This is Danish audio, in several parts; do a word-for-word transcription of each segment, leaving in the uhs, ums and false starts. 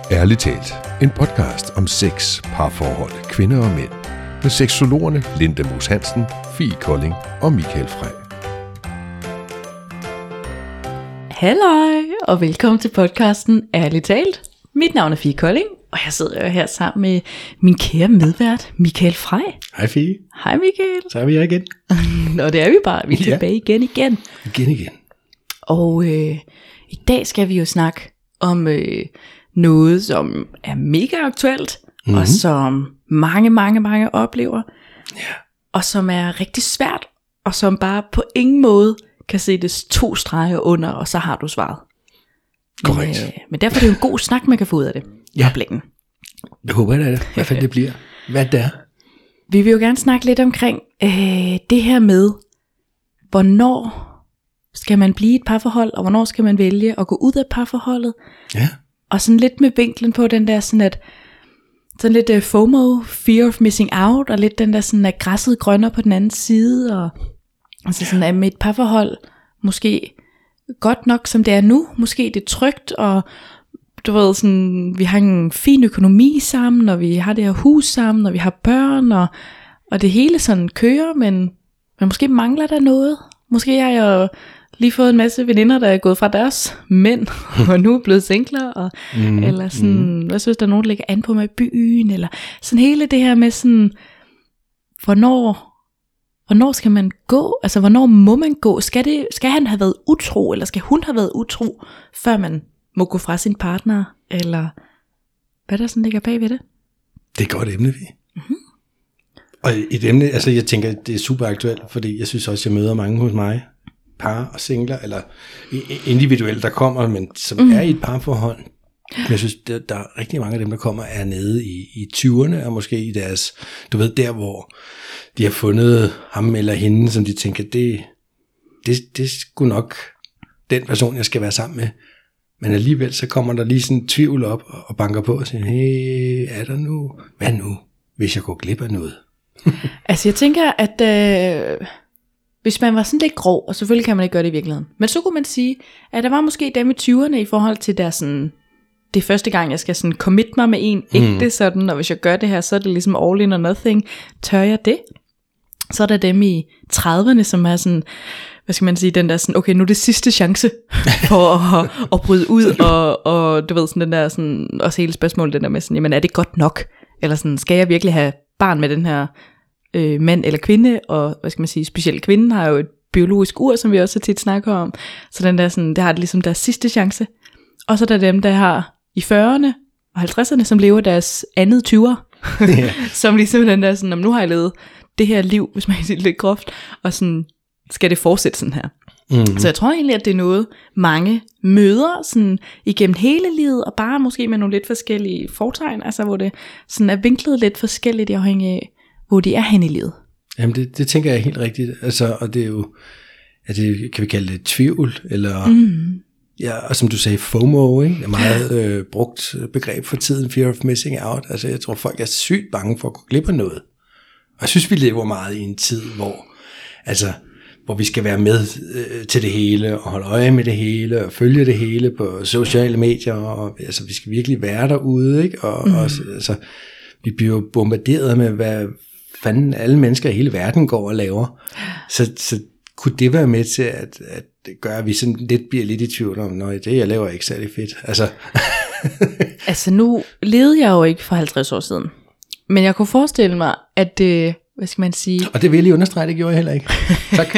Ærligt talt, en podcast om sex, parforhold, kvinder og mænd. Med seksologerne Linda Moos Hansen, Fie Kolding og Michael Frey. Halløj, og velkommen til podcasten Ærligt talt. Mit navn er Fie Kolding, og jeg sidder jo her sammen med min kære medvært, Michael Frey. Hej Fie. Hej Michael. Så er vi her igen. Nå, det er vi bare. Vi er Ja. tilbage igen igen. Igen igen. Og øh, i dag skal vi jo snakke om øh, noget, som er mega aktuelt, mm-hmm. og som mange, mange, mange oplever. Ja. Og som er rigtig svært, og som bare på ingen måde kan sættes to streger under, og så har du svaret. Korrekt. Men, øh, men derfor er det jo en god snak, man kan få ud af det. Ja. Oplæggen. Jeg håber, det er det. Hvad fanden det bliver. Hvad det er. Vi vil jo gerne snakke lidt omkring øh, det her med, hvornår skal man blive et parforhold, og hvornår skal man vælge at gå ud af parforholdet. Ja. Og sådan lidt med vinklen på den der sådan at, sådan lidt uh, FOMO, fear of missing out, og lidt den der sådan at græsset grønner på den anden side, og altså sådan at med et parforhold, måske godt nok som det er nu, måske det er trygt, og du ved sådan, vi har en fin økonomi sammen, og vi har det her hus sammen, og vi har børn, og, og det hele sådan kører, men, men måske mangler der noget. Måske har jeg lige fået en masse veninder, der er gået fra deres mænd, og nu er blevet singler, og, mm, eller sådan, mm. hvad synes der er nogen, der ligger an på mig i byen, eller sådan hele det her med sådan, hvornår, hvornår skal man gå, altså hvornår må man gå, skal, det, skal han have været utro, eller skal hun have været utro, før man må gå fra sin partner, eller hvad der sådan ligger bag ved det? Det er et godt emne, vi. Mm-hmm. Og et emne, altså jeg tænker, det er super aktuelt, fordi jeg synes også, jeg møder mange hos mig, par og singler, eller individuelle, der kommer, men som mm. er i et parforhold. Jeg synes, der, der er rigtig mange af dem, der kommer, er nede i, i tyverne, og måske i deres, du ved, der hvor de har fundet ham eller hende, som de tænker, det, det, det er sgu nok den person, jeg skal være sammen med. Men alligevel så kommer der lige sådan en tvivl op og banker på og siger, hey, er der nu? Hvad nu, hvis jeg går glip af noget? Altså jeg tænker, at øh, hvis man var sådan lidt grov, og selvfølgelig kan man ikke gøre det i virkeligheden, men så kunne man sige, at der var måske dem i tyverne i forhold til der sådan, det er første gang, jeg skal sådan commit mig med en ægte mm. sådan, og hvis jeg gør det her, så er det ligesom all in or nothing. Tør jeg det? Så er der dem i trediverne, som er sådan, hvad skal man sige, den der sådan, okay, nu er det sidste chance for at, at bryde ud, og, og du ved sådan den der sådan, også hele spørgsmålet, den der med sådan, jamen er det godt nok? Eller sådan, skal jeg virkelig have barn med den her øh, mand eller kvinde? Og hvad skal man sige, specielt kvinden har jo et biologisk ur, som vi også så tit snakker om. Så den der sådan, det har det ligesom deres sidste chance. Og så er der dem, der har i fyrrerne og halvtredserne, som lever deres andet tyver. Yeah. Som ligesom den der sådan, nu har jeg levet det her liv, hvis man kan sige det lidt groft, og sådan, skal det fortsætte sådan her? Mm-hmm. Så jeg tror egentlig, at det er noget, mange møder sådan igennem hele livet, og bare måske med nogle lidt forskellige fortegn, altså hvor det sådan er vinklet lidt forskelligt, afhængig af, hvor de er hen i livet. Jamen det, det tænker jeg er helt rigtigt, altså, og det er jo, at det, kan vi kalde det tvivl, eller, mm. ja, og som du sagde, FOMO, ikke? Det er meget øh, brugt begreb for tiden, fear of missing out, altså jeg tror, folk er sygt bange for at gå glip af noget, og jeg synes, vi lever meget i en tid, hvor, altså, hvor vi skal være med øh, til det hele, og holde øje med det hele, og følge det hele på sociale medier, og altså, vi skal virkelig være derude, ikke? Og, mm. og altså, vi bliver jo bombarderet med, hvad fanden alle mennesker i hele verden går og laver. Så, så kunne det være med til at, at gøre, at vi sådan lidt bliver lidt i tvivl om, nej, det jeg laver er ikke særlig fedt. Altså, altså nu levede jeg jo ikke for halvtreds år siden, men jeg kunne forestille mig, at det, hvad skal man sige? Og det vil jeg lige understrege, det gjorde jeg heller ikke. Tak.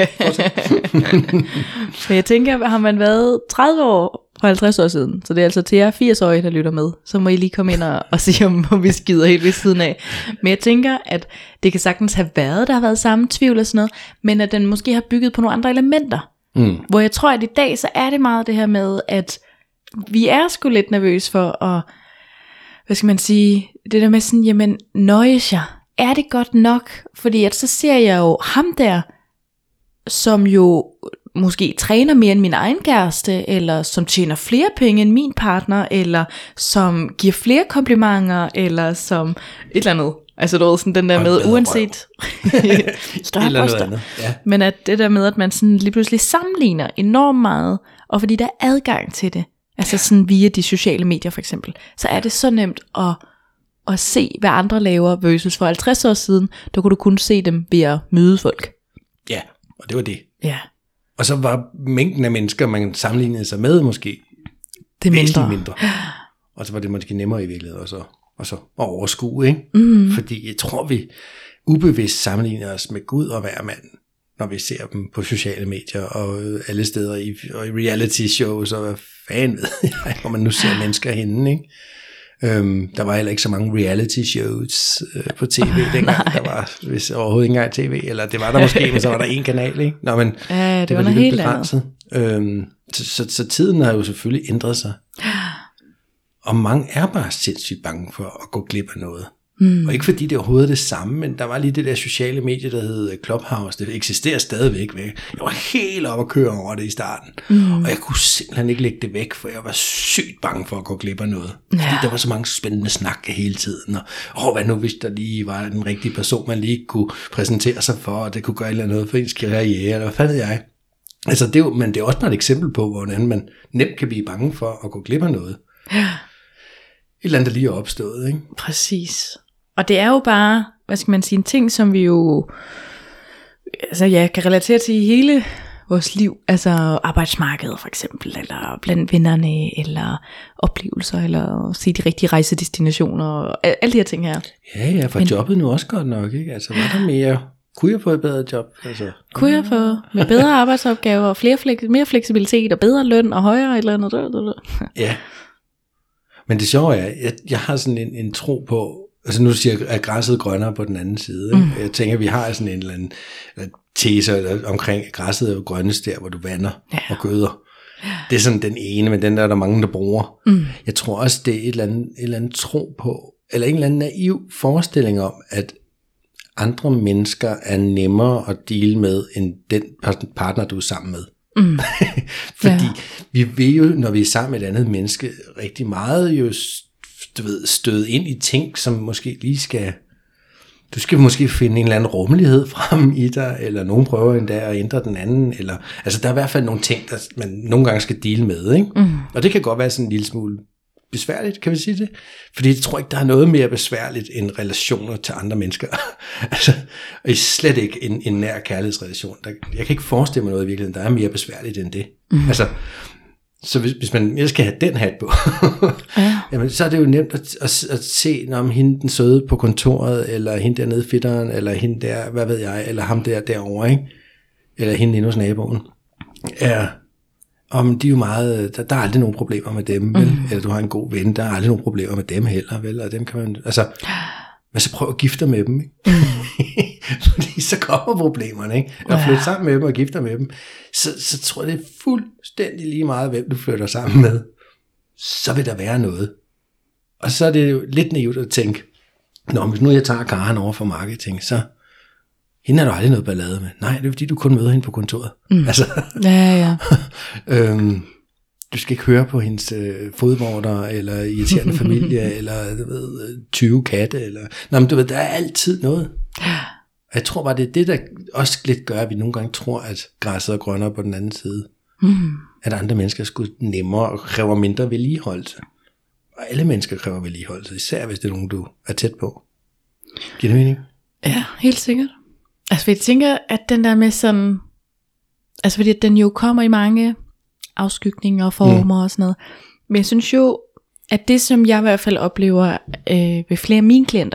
Men jeg tænker, har man været tredive år for halvtreds år siden, så det er altså til jer firs-årige, der lytter med, så må I lige komme ind og, og sige, om vi skider helt ved siden af. Men jeg tænker, at det kan sagtens have været, der har været samme tvivl og sådan noget, men at den måske har bygget på nogle andre elementer. Mm. Hvor jeg tror, at i dag, så er det meget det her med, at vi er sgu lidt nervøse for at, hvad skal man sige, det der med sådan, jamen, nøjes jeg? Er det godt nok? Fordi at så ser jeg jo ham der, som jo måske træner mere end min egen kæreste, eller som tjener flere penge end min partner, eller som giver flere komplimenter, eller som et eller andet. Altså du ved sådan den der med, uanset større poster. Ja. Men at det der med, at man sådan lige pludselig sammenligner enormt meget, og fordi der er adgang til det. Altså sådan via de sociale medier for eksempel. Så er det så nemt at, at se, hvad andre laver, versus for halvtreds år siden, der kunne du kun se dem ved at møde folk. Ja, og det var det. Ja. Og så var mængden af mennesker, man sammenlignede sig med, måske det væsentligt mindre. mindre. Og så var det måske nemmere i virkeligheden også, og så at overskue, ikke? Mm. Fordi jeg tror, vi ubevidst sammenligner os med Gud og hver mand, når vi ser dem på sociale medier og alle steder i, og i reality shows, og hvad fanden ved jeg, hvor man nu ser mennesker henne, ikke? Øhm, der var heller ikke så mange reality shows øh, på tv dengang. Der var hvis overhovedet ikke engang tv, eller det var der måske, men så var der en kanal, ikke? Nå, men ja, det, det var, var noget helt begrænset. Øhm, så, så, så tiden har jo selvfølgelig ændret sig. Og mange er bare sindssygt bange for at gå glip af noget. Mm. Og ikke fordi det er overhovedet det samme, men der var lige det der sociale medie, der hed Clubhouse. Det eksisterer stadigvæk væk. Jeg var helt op at køre over det i starten. Mm. Og jeg kunne simpelthen ikke lægge det væk, for jeg var sygt bange for at gå glip af noget. Ja. Fordi der var så mange spændende snak hele tiden. Og åh, hvad nu hvis der lige var den rigtige person, man lige kunne præsentere sig for, og det kunne gøre noget for ens karriere, eller hvad fanden ved jeg. Altså, det er jo, men det er også bare et eksempel på, hvordan man nemt kan blive bange for at gå glip af noget. Ja. Et eller andet, der lige er opstået, ikke? Præcis. Og det er jo bare, hvad skal man sige, en ting, som vi jo altså, ja, kan relatere til i hele vores liv. Altså arbejdsmarkedet for eksempel, eller blandt vennerne, eller oplevelser, eller se de rigtige rejsedestinationer, og alle de her ting her. Ja, ja, for Men, jobbet nu også godt nok, ikke? Altså, var der mere... Kunne jeg få et bedre job? Altså. Kunne jeg få med bedre arbejdsopgaver, og flere flek- mere fleksibilitet, og bedre løn, og højere et eller andet? Ja. Men det sjove er, jeg, jeg har sådan en, en tro på, altså nu siger jeg, at græsset er grønnere på den anden side. Ikke? Mm. Jeg tænker, at vi har sådan en eller anden tese omkring, at græsset er jo grønnest der, hvor du vander ja. og gøder. Det er sådan den ene, men den der er der mange, der bruger. Mm. Jeg tror også, det er et eller andet, et eller andet tro på, eller en eller anden naiv forestilling om, at andre mennesker er nemmere at deale med, end den partner, du er sammen med. Mm. Fordi ja. vi vil jo, når vi er sammen med et andet menneske, rigtig meget jo, du ved, støde ind i ting, som måske lige skal, du skal måske finde en eller anden rummelighed frem i dig, eller nogen prøver endda at ændre den anden, eller, altså der er i hvert fald nogle ting, der man nogle gange skal deale med, ikke? Mm. Og det kan godt være sådan en lille smule besværligt, kan vi sige det? Fordi jeg tror ikke, der er noget mere besværligt end relationer til andre mennesker. altså, og slet ikke en, en nær kærlighedsrelation. Der, jeg kan ikke forestille mig noget i virkeligheden, der er mere besværligt end det. Mm. Altså, så hvis, hvis man jeg skal have den hat på, ja. jamen, så er det jo nemt at, at, at se, om hende den søde på kontoret, eller hende dernede i fitteren, eller hende der, hvad ved jeg, eller ham der derovre, ikke? Eller hende inde hos naboen. Ja. Om de er jo meget, der, der er aldrig nogen problemer med dem, vel? Mm. Eller du har en god ven, der er aldrig nogen problemer med dem heller, vel? Og dem kan man, altså, men så prøv at gifte med dem, ikke? Mm. Fordi så kommer problemerne, ikke? Og ja. flytte sammen med dem og gifte med dem, så, så tror jeg, det er fuldstændig lige meget, hvem du flytter sammen med. Så vil der være noget. Og så er det jo lidt naivt at tænke, nå, hvis nu jeg tager Karen over for marketing, så hende er du aldrig noget ballade med. Nej, det er fordi, du kun møder hende på kontoret. Mm. Altså, ja, ja. øhm, du skal ikke høre på hendes øh, fodvorter, eller irriterende familie, eller du ved, tyve katte. Eller... Nå, men du ved, der er altid noget. Og jeg tror bare, det er det, der også lidt gør, at vi nogle gange tror, at græsset er grønnere på den anden side. Mm. At andre mennesker skulle nemmere og kræver mindre vedligeholdelse. Og alle mennesker kræver vedligeholdelse, især hvis det er nogen, du er tæt på. Giver det mening? Ja, helt sikkert. Altså, jeg tænker, at den der med sådan, altså fordi den jo kommer i mange afskygninger og former mm. og sådan noget. Men jeg synes jo, at det som jeg i hvert fald oplever øh, ved flere af mine klienter,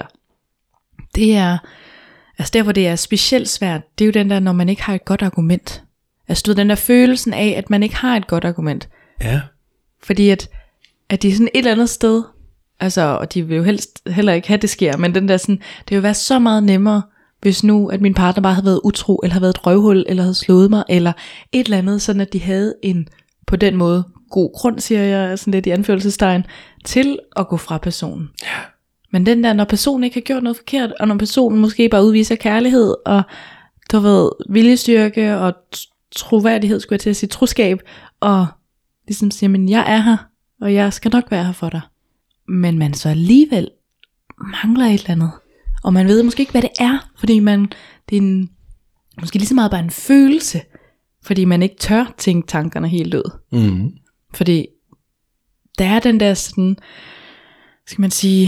det er, altså der hvor det er specielt svært, det er jo den der, når man ikke har et godt argument. Altså du ved, den der følelsen af, at man ikke har et godt argument. Ja. Fordi at, at de er sådan et eller andet sted, altså, og de vil jo helst heller ikke have det sker, men den der sådan, det vil være så meget nemmere, hvis nu, at min partner bare havde været utro, eller havde været et røvhul, eller havde slået mig, eller et eller andet, sådan at de havde en, på den måde, god grund, siger jeg, sådan lidt i anførselstegn, til at gå fra personen. Ja. Men den der, når personen ikke har gjort noget forkert, og når personen måske bare udviser kærlighed, og du ved, viljestyrke, og troværdighed, skulle jeg til at sige, troskab, og ligesom siger, men jeg er her, og jeg skal nok være her for dig. Men man så alligevel mangler et eller andet. Og man ved måske ikke, hvad det er, fordi man, det er en, måske lige så meget bare en følelse, fordi man ikke tør tænke tankerne helt ud. Mm. Fordi der er den der sådan, skal man sige,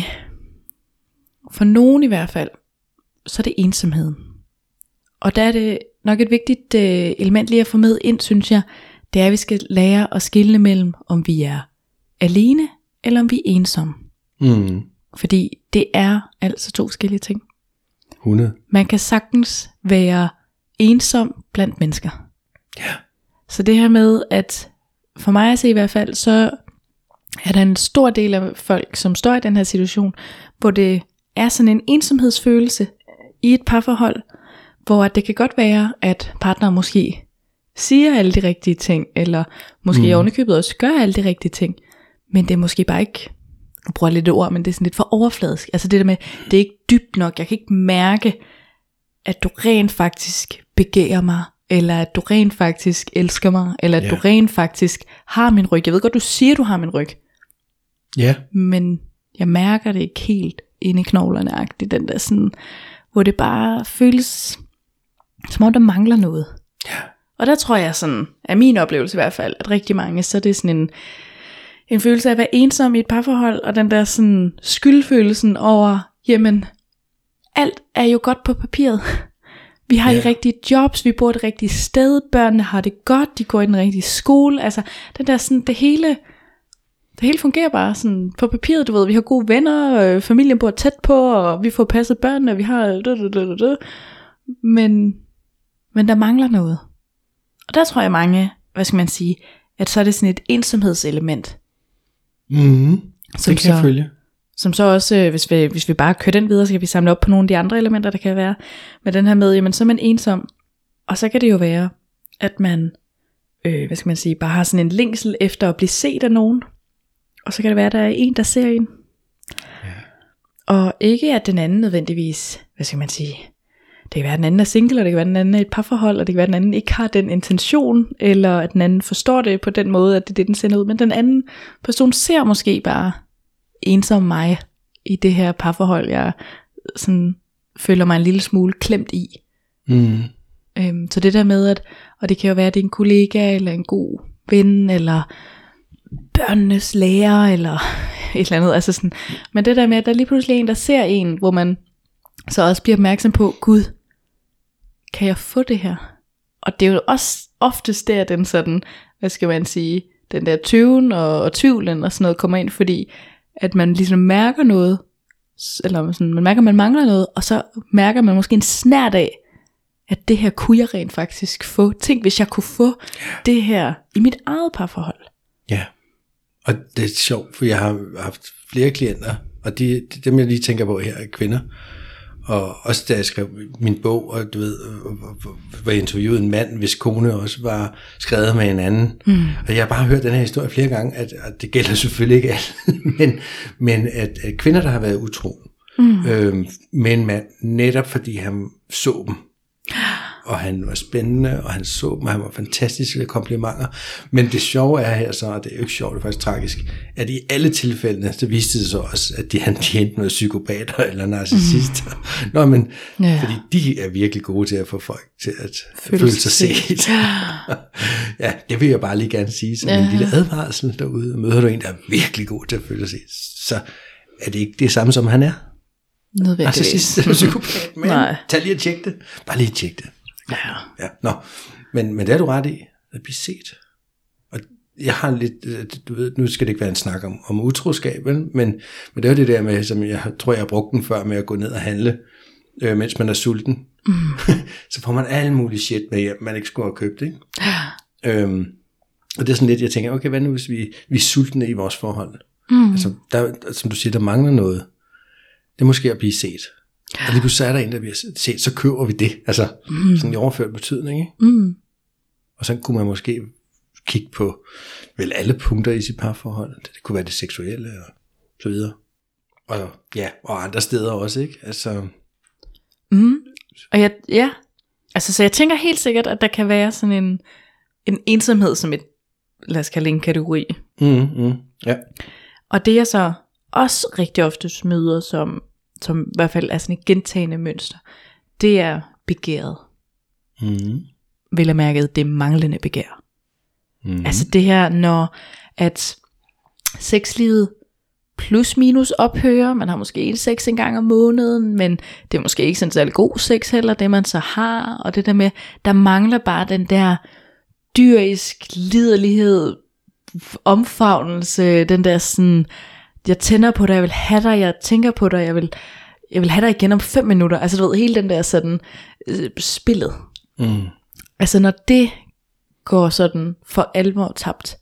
for nogen i hvert fald, så er det ensomheden. Og der er det nok et vigtigt øh, element lige at få med ind, synes jeg, det er, at vi skal lære at skelne mellem, om vi er alene, eller om vi er ensomme. Mm. Fordi det er altså to forskellige ting. hundrede. Man kan sagtens være ensom blandt mennesker. Ja. Så det her med, at for mig at se i hvert fald, så er der en stor del af folk, som står i den her situation, hvor det er sådan en ensomhedsfølelse i et parforhold, hvor det kan godt være, at partneren måske siger alle de rigtige ting, eller måske mm. ovenikøbet også gør alle de rigtige ting, men det er måske bare ikke, nu bruger jeg lidt ord, men det er sådan lidt for overfladisk. Altså det der med, det er ikke dybt nok, jeg kan ikke mærke, at du rent faktisk begærer mig, eller at du rent faktisk elsker mig, eller at yeah. du rent faktisk har min ryg. Jeg ved godt, du siger, du har min ryg. Ja. Yeah. Men jeg mærker det ikke helt inde i knoglerne-agtigt, den der sådan, hvor det bare føles, som om der mangler noget. Ja. Yeah. Og der tror jeg sådan, af min oplevelse i hvert fald, at rigtig mange, så er det sådan en, en følelse af at være ensom i et parforhold, og den der sådan skyldfølelsen over, jamen, alt er jo godt på papiret. Vi har ja. de rigtige jobs, vi bor det rigtige sted, børnene har det godt, de går i den rigtige skole, altså den der sådan, det hele, det hele fungerer bare sådan på papiret, du ved, vi har gode venner, øh, familien bor tæt på, og vi får passet børnene, og vi har dø, dø, dø, dø. Men, men der mangler noget. Og der tror jeg mange, hvad skal man sige, at så er det sådan et ensomhedselement. Mhm, det kan jeg følge. Som så også, hvis vi, hvis vi bare kører den videre, så kan vi samle op på nogle af de andre elementer, der kan være. Med den her med, jamen så er man ensom. Og så kan det jo være, at man, øh, hvad skal man sige, bare har sådan en længsel efter at blive set af nogen. Og så kan det være, at der er en, der ser en. Ja. Og ikke at den anden nødvendigvis, hvad skal man sige, det kan være, at den anden er single, og det kan være, at den anden er et parforhold, og det kan være, at den anden ikke har den intention, eller at den anden forstår det på den måde, at det er det, den sender ud. Men den anden person ser måske bare ensom mig i det her parforhold, jeg sådan føler mig en lille smule klemt i. Mm. Øhm, så det der med, at, og det kan jo være, at det er en kollega, eller en god ven, eller børnenes lærer, eller et eller andet. Altså sådan. Men det der med, at der lige pludselig er en, der ser en, hvor man så også bliver opmærksom på, Gud, kan jeg få det her? Og det er jo også oftest der, den sådan, hvad skal man sige, den der tøven og, og tvivlen og sådan noget kommer ind, fordi at man ligesom mærker noget, eller sådan, man mærker, at man mangler noget, og så mærker man måske en snert af, at det her kunne jeg rent faktisk få. Tænk, hvis jeg kunne få det her i mit eget parforhold. Ja, og det er sjovt, for jeg har haft flere klienter, og de, dem jeg lige tænker på her er kvinder, og også da jeg skrev min bog, og du ved, hvor jeg interviewede en mand, hvis kone også var skrevet med en anden. Mm. Og jeg har bare hørt den her historie flere gange, at, at det gælder selvfølgelig ikke alle, men, men at, at kvinder, der har været utro mm. øh, med en mand, netop fordi han så dem, og han var spændende, og han så dem, og han var fantastiske komplimenter. Men det sjove er her så, og det er jo ikke sjovt, det er faktisk tragisk, at i alle tilfældene, så viste det sig også, at de han tjente noget psykopater eller narcissister. Mm. Nå, men ja. Fordi de er virkelig gode til at få folk til at føle, føle sig set. Ja, det vil jeg bare lige gerne sige, som ja. En lille advarsel derude. Møder du en, der er virkelig god til at føle sig set, så er det ikke det samme, som han er. Narcissist eller psykopat, men nej. Tag lige at tjekke det. Bare lige tjekke det. Ja. Ja, nå. Men, men det er du ret i, at blive set. Og jeg har lidt, du ved, nu skal det ikke være en snak om, om utroskab, men, men det er jo det der med, som jeg tror, jeg har brugt den før med at gå ned og handle, øh, mens man er sulten. Mm. Så får man alle mulige shit med hjem, man ikke skulle have købt, ikke? Ja. Øhm, og det er sådan lidt, jeg tænker, okay, hvad nu hvis vi, vi er sultne i vores forhold? Mm. Altså, der, som du siger, der mangler noget. Det er måske at blive set. Og lige pludselig er der en, der bliver set, så køber vi det. Altså, mm. sådan i overført betydning, ikke? Mm. Og så kunne man måske kigge på vel alle punkter i sit parforhold. Det kunne være det seksuelle og så videre. Og ja, og andre steder også, ikke? Altså. Mm. Og jeg, ja, altså så jeg tænker helt sikkert, at der kan være sådan en, en ensomhed som et, lad os kalde en kategori. Mm, mm, ja. Og det jeg så også rigtig ofte møder som, som i hvert fald er sådan et gentagende mønster, det er begæret. Mm. Vel at mærke, det manglende begær. Mm. Altså det her, når at sexlivet plus minus ophører. Man har måske en sex en gang om måneden, men det er måske ikke sådan særlig god sex heller, det man så har. Og det der med, der mangler bare den der dyrisk liderlighed, omfavnelse, den der sådan, jeg tænder på dig, jeg vil have dig, jeg tænker på dig, jeg vil, jeg vil have dig igen om fem minutter. Altså du ved, hele den der sådan øh, spillet. Mm. Altså når det går sådan for alvor tabt,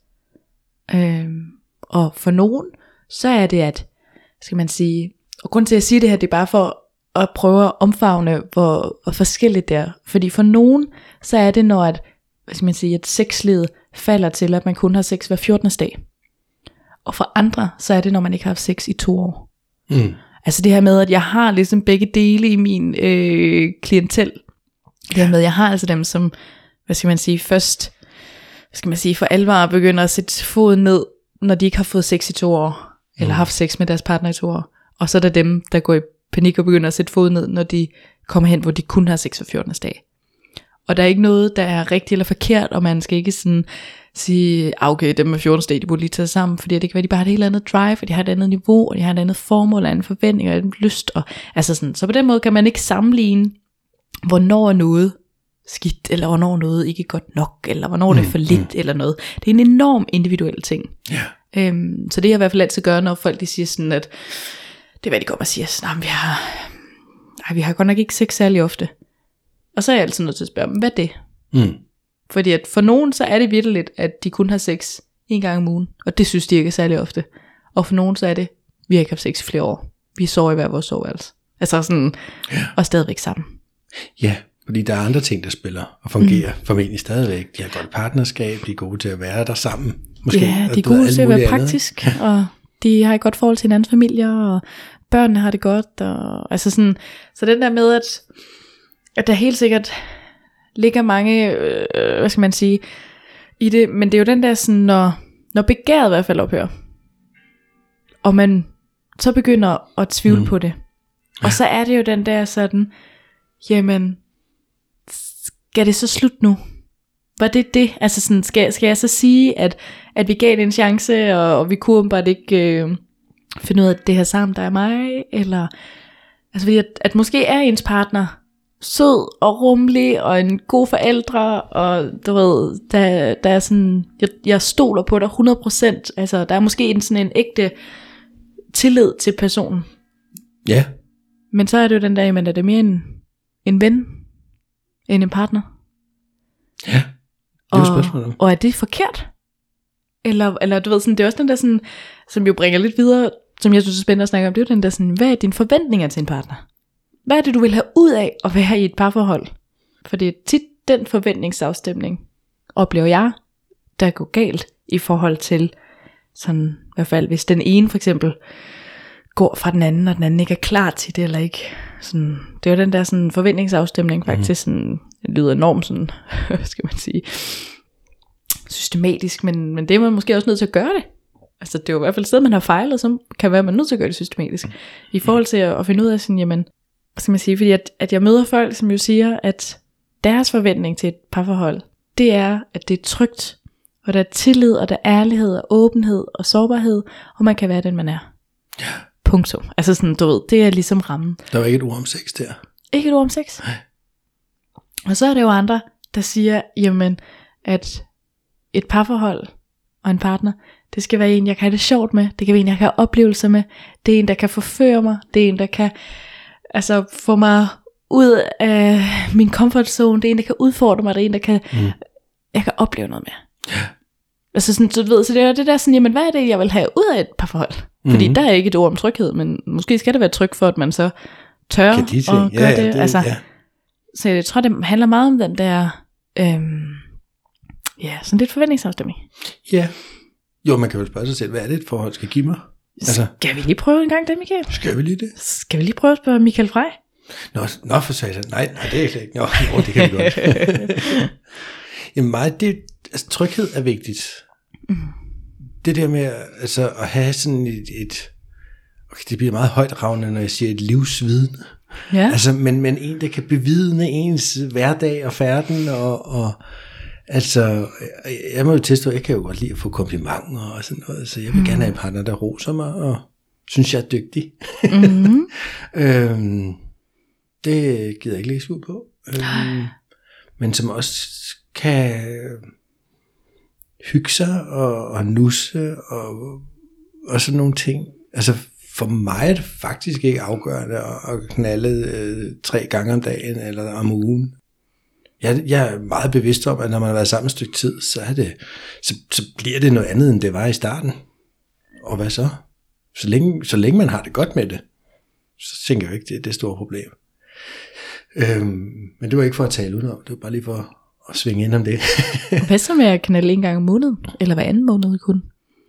øh, og for nogen, så er det at, skal man sige, og grund til at sige det her, det er bare for at prøve at omfavne, hvor, hvor forskelligt det er. Fordi for nogen, så er det når at, hvad skal man sige, at sexlivet falder til, at man kun har sex hver fjortende dag. Og for andre, så er det, når man ikke har haft sex i to år. Mm. Altså det her med, at jeg har ligesom begge dele i min øh, klientel. Det her med, at jeg har altså dem, som, hvad skal man sige, først, hvad skal man sige, for alvor begynder at sætte foden ned, når de ikke har fået sex i to år, mm. eller haft sex med deres partner i to år. Og så er der dem, der går i panik og begynder at sætte foden ned, når de kommer hen, hvor de kun har sex hver fjortende dag. Og der er ikke noget, der er rigtigt eller forkert, og man skal ikke sådan sige, okay, dem med fjortende dag, de burde lige tage sammen, fordi det kan være, de bare har et helt andet drive, og de har et andet niveau, og de har et andet formål, og en forventning, og en lyst, og altså sådan. Så på den måde kan man ikke sammenligne, hvornår er noget skidt, eller hvornår noget ikke er godt nok, eller hvornår mm, det er for lidt, mm. eller noget. Det er en enorm individuel ting. Yeah. Øhm, så det jeg i hvert fald altid gør, når folk de siger sådan, at det er hvad de kommer og siger, sådan, vi har, ej, vi har godt nok ikke sex særlig ofte. Og så er jeg altid nødt til at spørge dem, hvad er det? Mm. Fordi at for nogen, så er det vitterligt, at de kun har sex en gang om ugen, og det synes de ikke er særlig ofte. Og for nogen, så er det, vi har ikke haft sex i flere år. Vi sover i hver vores soveværelse. Altså sådan, ja. Og stadigvæk sammen. Ja, fordi der er andre ting, der spiller og fungerer mm. formentlig stadigvæk. De har godt partnerskab, de er gode til at være der sammen. Måske, ja, de er gode til at være praktisk, og de har et godt forhold til hinandens familier, og børnene har det godt. Og, altså sådan, så den der med, at, at der helt sikkert ligger mange, øh, hvad skal man sige, i det, men det er jo den der sådan, når, når begæret i hvert fald ophører, og man så begynder at tvivle mm. på det, og så er det jo den der sådan, jamen, skal det så slut nu? Var det det? Altså sådan, skal, skal jeg så sige, at, at vi gav det en chance, og, og vi kunne bare ikke øh, finde ud af, at det her sammen, der er mig, eller, altså fordi, at, at måske er ens partner sød og rummelig, og en god forældre, og du ved, der, der er sådan, jeg, jeg stoler på dig hundrede procent, altså der er måske en sådan en ægte tillid til personen. Ja. Men så er det jo den der, men er det mere en, en ven, end en partner? Ja, det er og, spørgsmålet. Og er det forkert? Eller, eller du ved, sådan, det er også den der, sådan, som jo bringer lidt videre, som jeg synes er spændende at snakke om, det er jo den der, sådan, hvad er dine forventninger til en partner? Hvad er det, du vil have ud af at være i et parforhold? For det er tit den forventningsafstemning, oplever jeg, der går galt i forhold til, sådan, i hvert fald hvis den ene for eksempel går fra den anden, og den anden ikke er klar til det, eller ikke. Sådan, det er jo den der sådan, forventningsafstemning faktisk, sådan, det lyder enormt sådan, skal man sige, systematisk, men, men det er man måske også nødt til at gøre det. Altså det er jo i hvert fald et sted, man har fejlet, så kan være, man er nødt til at gøre det systematisk. I forhold til at, at finde ud af sådan, jamen, hvad skal man sige, fordi at, at jeg møder folk, som jo siger, at deres forventning til et parforhold, det er, at det er trygt, og der er tillid, og der er ærlighed, og åbenhed, og sårbarhed, og man kan være den, man er. Ja. Punktum. Altså sådan, du ved, det er ligesom rammen. Der var ikke et ord om sex der. Ikke et ord om sex. Nej. Og så er det jo andre, der siger, jamen, at et parforhold og en partner, det skal være en, jeg kan have det sjovt med, det kan være en, jeg kan have oplevelser med, det er en, der kan forføre mig, det er en, der kan altså få mig ud af min comfort zone, det er en, der kan udfordre mig, det er en, der kan, mm. jeg kan opleve noget mere. Ja. Altså sådan, du ved, så det er det der sådan, jamen hvad er det, jeg vil have ud af et parforhold? Fordi mm. der er ikke et ord om tryghed, men måske skal det være tryg for, at man så tør at gøre ja, ja, det. det altså, ja. Så jeg tror, det handler meget om den der, øhm, ja, sådan lidt forventningsafstemning. Ja, jo, man kan jo spørge sig selv, hvad er det, et forhold skal give mig? Altså, skal vi lige prøve en gang det, Michael? Skal vi lige det? Skal vi lige prøve at spørge Michael Frey? Nå, nå for satan, nej, nej, det er slet ikke. Nå, jo, det kan vi godt. Jamen meget, det, altså tryghed er vigtigt. Mm. Det der med altså, at have sådan et, et okay, det bliver meget højt ravnende, når jeg siger et livsvidne. Ja. Altså, men, men en, der kan bevidne ens hverdag og færden, og, og Altså, jeg må jo tilstå, jeg kan jo godt lide at få komplimenter og sådan noget, så jeg vil mm. gerne have en partner, der roser mig og synes, jeg er dygtig. Mm-hmm. øhm, det gider jeg ikke lægge ud på. Øhm, men som også kan hygge sig og, og nusse og, og sådan nogle ting. Altså, for mig er det faktisk ikke afgørende at knalde øh, tre gange om dagen eller om ugen. Jeg, jeg er meget bevidst om, at når man har været sammen et stykke tid, så, er det, så, så bliver det noget andet, end det var i starten. Og hvad så? Så længe, så længe man har det godt med det, så tænker jeg ikke, det er det store problem. Øhm, men det var ikke for at tale udenom, det var bare lige for at svinge ind om det. Hvad så med at knalde en gang om måneden? Eller hver anden måned kun?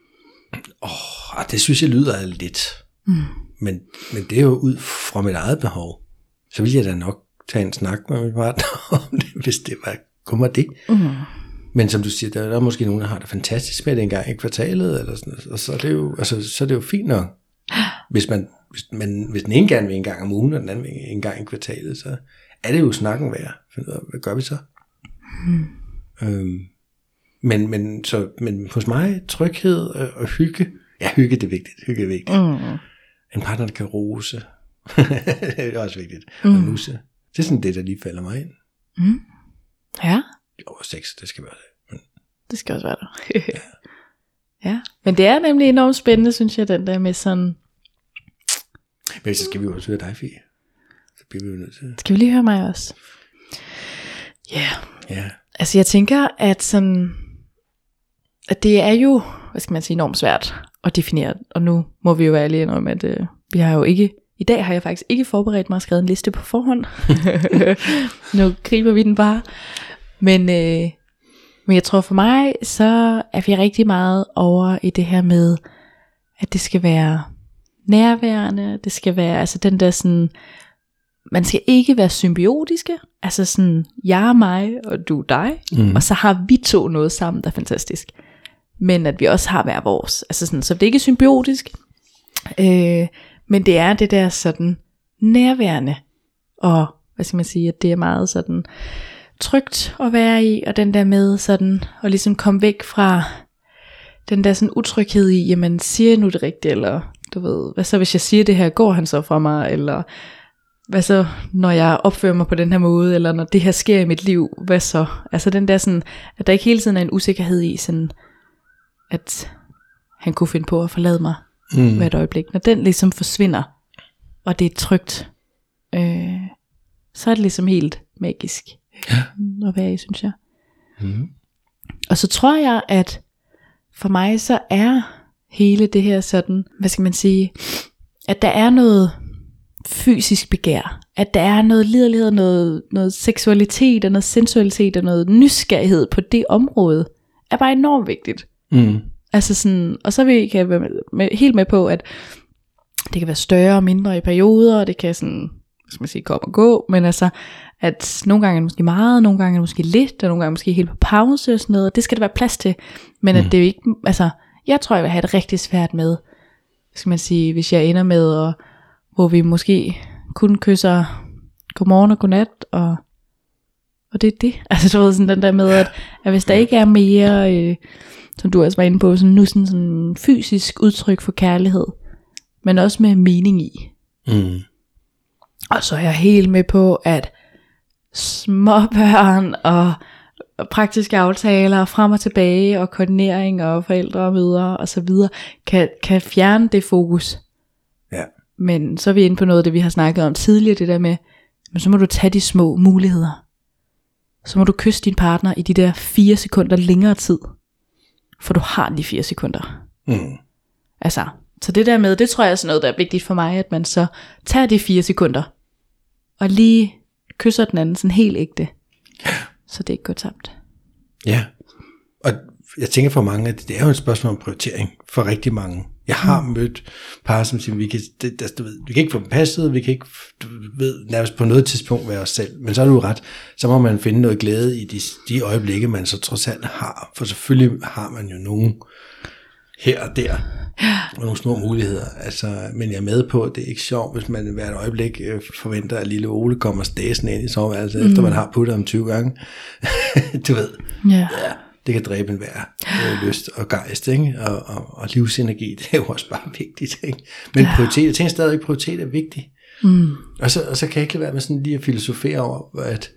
Åh, det synes jeg lyder lidt. Mm. Men, men det er jo ud fra mit eget behov. Så vil jeg da nok tage en snak med min partner om det, hvis det var, kun var det. Mm. Men som du siger, der er måske nogen, der har det fantastisk med det en gang i kvartalet, eller sådan, og så er det jo, altså, så er det jo fint nok. Hvis, man, hvis, man, hvis den ene gerne vil en gang om ugen, og den anden vil en gang i kvartalet, så er det jo snakken værd. Hvad gør vi så? Mm. Øhm, men, men, så, men hos mig, tryghed og, og hygge, ja, hygge det er vigtigt, hygge er vigtigt. Mm. En partner, der kan rose, det er også vigtigt, mm. og nusse. Det er sådan det, der lige falder mig ind. Mm. Ja. Jo, sex, det skal være det. Men... Det skal også være der. ja. ja. Men det er nemlig enormt spændende, synes jeg, den der med sådan... Men så skal vi jo også høre dig, Fie. Så bliver vi jo nødt til. Skal vi lige høre mig også? Ja. Yeah. Ja. Yeah. Altså jeg tænker, at sådan... At det er jo, hvad skal man sige, enormt svært at definere. Og nu må vi jo være ærlige om, at øh, vi har jo ikke... I dag har jeg faktisk ikke forberedt mig og skrevet en liste på forhånd. Nu griber vi den bare. Men, øh, men jeg tror for mig, så er vi rigtig meget over i det her med, at det skal være nærværende. Det skal være, altså den der sådan, man skal ikke være symbiotiske. Altså sådan, jeg er mig, og du er dig. Mm. Og så har vi to noget sammen, der er fantastisk. Men at vi også har hver vores. Altså sådan, så det er ikke symbiotisk. Øh, Men det er det der sådan nærværende, og hvad skal man sige, at det er meget sådan trygt at være i, og den der med sådan, at ligesom komme væk fra den der sådan utryghed i, jamen siger jeg nu det rigtigt, eller du ved, hvad så hvis jeg siger det her, går han så fra mig, eller hvad så når jeg opfører mig på den her måde, eller når det her sker i mit liv, hvad så? Altså den der sådan, at der ikke hele tiden er en usikkerhed i, sådan at han kunne finde på at forlade mig. Mm. hvert øjeblik, når den ligesom forsvinder, og det er trygt, øh, så er det ligesom helt magisk ja. at være i, synes jeg. Mm. Og så tror jeg, at for mig så er hele det her sådan, hvad skal man sige, at der er noget fysisk begær, at der er noget liderlighed, noget, noget seksualitet og noget sensualitet og noget nysgerrighed på det område, er bare enormt vigtigt. Mm. Altså sådan, og så vi kan være med, med, helt med på, at det kan være større og mindre i perioder, og det kan sådan, hvad skal man sige, komme og gå, men altså, at nogle gange er det måske meget, nogle gange er det måske lidt, og nogle gange måske helt på pause og sådan noget, og det skal der være plads til, men mm. at det er jo ikke, altså, jeg tror, jeg vil have det rigtig svært med, hvad skal man sige, hvis jeg ender med, og, hvor vi måske kun kysser godmorgen og godnat, og, og det er det, altså du ved sådan den der med, at, at hvis der ikke er mere... Øh, som du også var inde på, sådan nu sådan, sådan fysisk udtryk for kærlighed, men også med mening i. Mm. Og så er jeg helt med på, at småbørn og, og praktiske aftaler, frem og tilbage, og koordinering og forældremøder og så videre, kan, kan fjerne det fokus. Ja. Men så er vi inde på noget af det, vi har snakket om tidligere, det der med, men så må du tage de små muligheder. Så må du kysse din partner i de der fire sekunder længere tid. For du har de fire sekunder. Mm. Altså, så det der med, det tror jeg er sådan noget, der er vigtigt for mig, at man så tager de fire sekunder, og lige kysser den anden sådan helt ægte, så det ikke går tabt. Ja, og jeg tænker for mange, at det er jo et spørgsmål om prioritering for rigtig mange. Jeg har mm. mødt par, som siger, vi kan, det, der, du ved, vi kan ikke få dem passet, vi kan ikke du ved, nærmest på noget tidspunkt være os selv, men så er du ret, så må man finde noget glæde i de, de øjeblikke, man så trods alt har, for selvfølgelig har man jo nogle her og der. Og nogle små muligheder. Altså, men jeg er med på, at det er ikke sjovt, hvis man hvert øjeblik øh, forventer, at lille Ole kommer stæsende ind i soveværelset, mm. efter man har puttet ham tyve gange. Du ved. Yeah. Ja, det kan dræbe en hver øh, lyst og gejst, ikke? Og, og, og livsenergi, det er jo også bare vigtigt, ikke? Men ja. prioritet, jeg tænker stadig, at prioritet er vigtigt. Mm. Og, så, og så kan jeg ikke lade være med sådan lige at filosofere over, at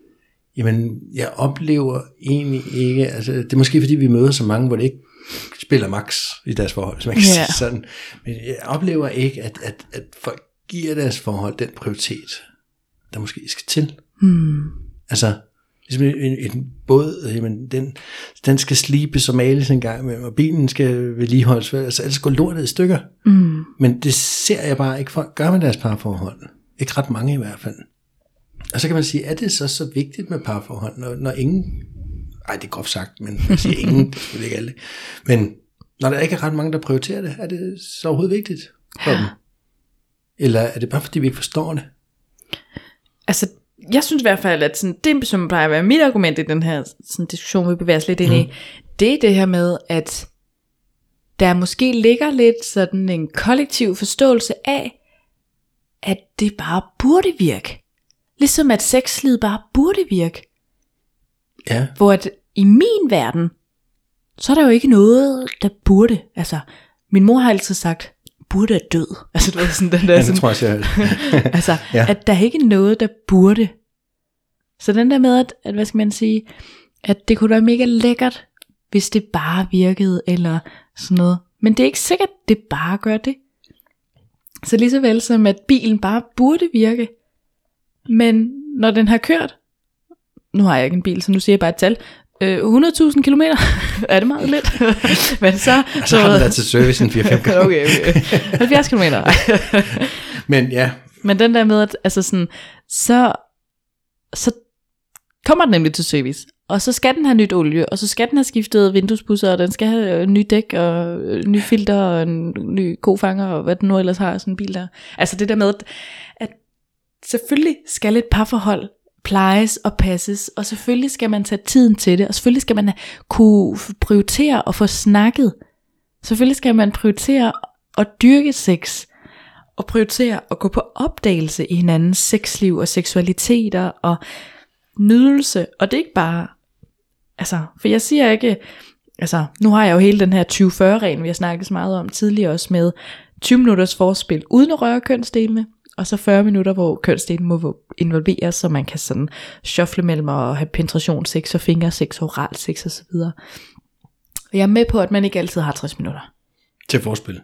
jamen, jeg oplever egentlig ikke, altså det er måske fordi vi møder så mange, hvor det ikke spiller max i deres forhold, så man kan yeah. sige sådan, men jeg oplever ikke, at, at, at folk giver deres forhold den prioritet, der måske skal til. Mm. Altså, ligesom en, en båd, jamen, den, den skal slibes og males en gang med, og bilen skal vedligeholdes, altså ellers går lortet i stykker. Mm. Men det ser jeg bare ikke folk gøre med deres parforhold. Ikke ret mange i hvert fald. Og så kan man sige, er det så så vigtigt med parforhold, når, når ingen, ej det er groft sagt, men jeg siger ingen, det er selvfølgelig ikke alle, men når der ikke er ret mange, der prioriterer det, er det så overhovedet vigtigt for dem? Eller er det bare fordi vi ikke forstår det? Altså, jeg synes i hvert fald, at sådan, det som plejer at være mit argument i den her sådan, diskussion, vi bevæger os lidt ind i, mm. det er det her med, at der måske ligger lidt sådan en kollektiv forståelse af, at det bare burde virke. Ligesom at sexlivet bare burde virke. Ja. Hvor at i min verden, så er der jo ikke noget, der burde. Altså, min mor har altid sagt, burde er død. Altså, det var sådan den der... Ja, sådan, det tror jeg, jeg altså, ja. At der er ikke noget, der burde. Så den der med, at, at, hvad skal man sige, at det kunne være mega lækkert, hvis det bare virkede, eller sådan noget. Men det er ikke sikkert, det bare gør det. Så lige så vel som, at bilen bare burde virke, men når den har kørt, nu har jeg ikke en bil, så nu siger jeg bare et tal, øh, hundrede tusind kilometer, er det meget lidt? Men så, så, så har den der til service en fire fem gange. Okay, okay. halvfjerds kilometer. Men ja. Men den der med, at altså sådan, så, så kommer den nemlig til service, og så skal den have nyt olie, og så skal den have skiftet vinduespudser, og den skal have ny dæk, og ny filter, og en ny kofanger, og hvad den nu ellers har, sådan en bil der. Altså det der med, at, at selvfølgelig skal et parforhold plejes og passes, og selvfølgelig skal man tage tiden til det, og selvfølgelig skal man kunne prioritere og få snakket. Selvfølgelig skal man prioritere at dyrke sex, og prioritere at gå på opdagelse i hinandens sexliv og seksualiteter og nydelse. Og det er ikke bare, altså, for jeg siger ikke, altså, nu har jeg jo hele den her tyve fyrre reglen, vi har snakket så meget om tidligere også, med tyve minutters forspil uden at røre kønsdelene, og så fyrre minutter, hvor kønsdelen må involveres, så man kan sådan shuffle mellem og have penetrationssex og fingersex og oralsex og så videre. Og jeg er med på, at man ikke altid har tres minutter. Til forspil.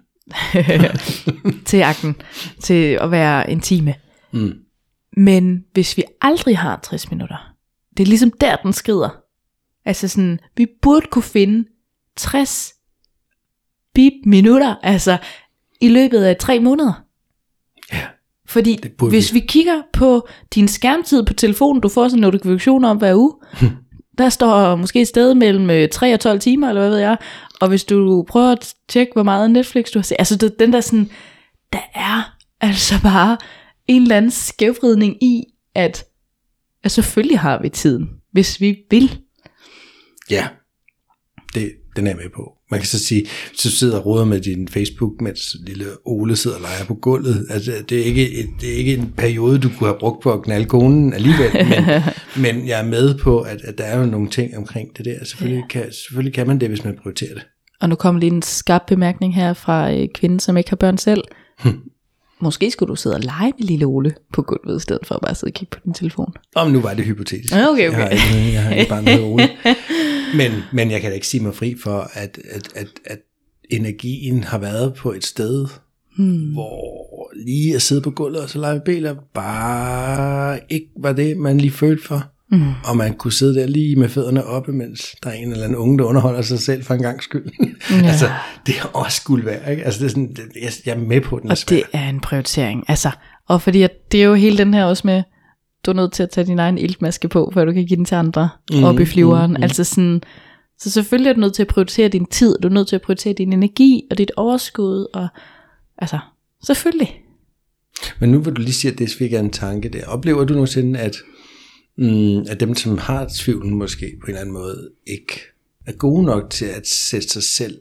Til akten. Til at være intime. Mm. Men hvis vi aldrig har tres minutter, det er ligesom der, den skrider. Altså sådan, vi burde kunne finde tres bip minutter, altså i løbet af tre måneder. Ja. Fordi hvis vi. vi kigger på din skærmtid på telefonen, du får sådan en notifikation om hver uge, der står måske et sted mellem tre og tolv timer, eller hvad ved jeg, og hvis du prøver at tjekke, hvor meget Netflix du har set, altså det, den der sådan, der er altså bare en eller anden skævvridning i, at, at selvfølgelig har vi tiden, hvis vi vil. Ja, det, den er jeg med på. Man kan så sige, hvis du sidder og roder med din Facebook, mens lille Ole sidder og leger på gulvet, altså det er ikke, et, det er ikke en periode, du kunne have brugt på at knalde konen alligevel, men, men jeg er med på, at, at der er jo nogle ting omkring det der. Selvfølgelig, ja. kan, selvfølgelig kan man det, hvis man prioriterer det. Og nu kommer lige en skarp bemærkning her fra øh, kvinden, som ikke har børn selv. Hmm. Måske skulle du sidde og lege med lille Ole på gulvet, i stedet for at bare sidde og kigge på din telefon. Om nu var det hypotetisk. Okay, okay. Jeg har ikke, jeg har ikke bare noget Ole. Men, men jeg kan da ikke sige mig fri for, at, at, at, at energien har været på et sted, hmm. hvor lige at sidde på gulvet og så lege med biler, bare ikke var det, man lige følte for. Mm. Og man kunne sidde der lige med fødderne oppe, mens der er en eller anden unge, der underholder sig selv for en gang skyld. Ja. Altså, det er også guld værd, ikke? Altså, det er sådan, det, jeg, jeg er med på den. Og det er en prioritering, altså. Og fordi at det er jo hele den her også med, du er nødt til at tage din egen iltmaske på, før du kan give den til andre mm, op i flyveren. Mm, mm. Altså sådan, så selvfølgelig er du nødt til at prioritere din tid, du er nødt til at prioritere din energi og dit overskud, og altså, selvfølgelig. Men nu vil du lige sige, at det fik jeg en tanke der. Oplever du nogensinde, at Mm, at dem, som har tvivlen måske på en eller anden måde, ikke er gode nok til at sætte sig selv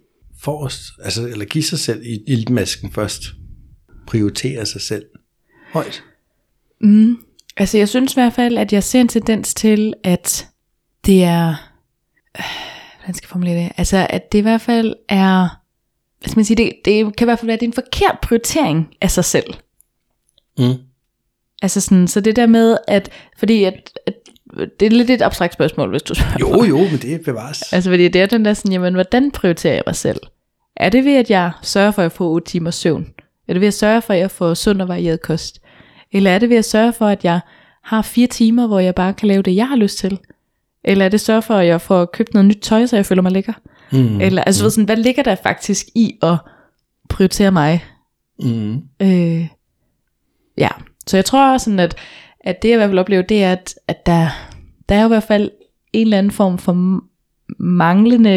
forrest, altså, eller give sig selv i iltmasken først, prioritere sig selv højt. Mm. Altså jeg synes i hvert fald, at jeg ser en tendens til, at det er, øh, hvordan skal jeg formulere det, altså at det i hvert fald er, hvad skal man sige, det, det kan i hvert fald være, at det er en forkert prioritering af sig selv. Mm. Altså sådan, så det der med, at, fordi at, at det er lidt et abstrakt spørgsmål, hvis du spørger. Jo, jo, men det bevares. Altså fordi det er den der sådan, jamen hvordan prioriterer jeg mig selv? Er det ved, at jeg sørger for, at jeg får otte timer søvn? Er det ved at sørge for, at jeg får sund og varieret kost? Eller er det ved at sørge for, at jeg har fire timer, hvor jeg bare kan lave det, jeg har lyst til? Eller er det sørge for, at jeg får købt noget nyt tøj, så jeg føler mig lækker? Mm. Eller altså mm. sådan, hvad ligger der faktisk i at prioritere mig? Mm. Øh, ja, så jeg tror sådan, at, at det jeg i hvert fald oplever, det er, at, at der, der er jo i hvert fald en eller anden form for manglende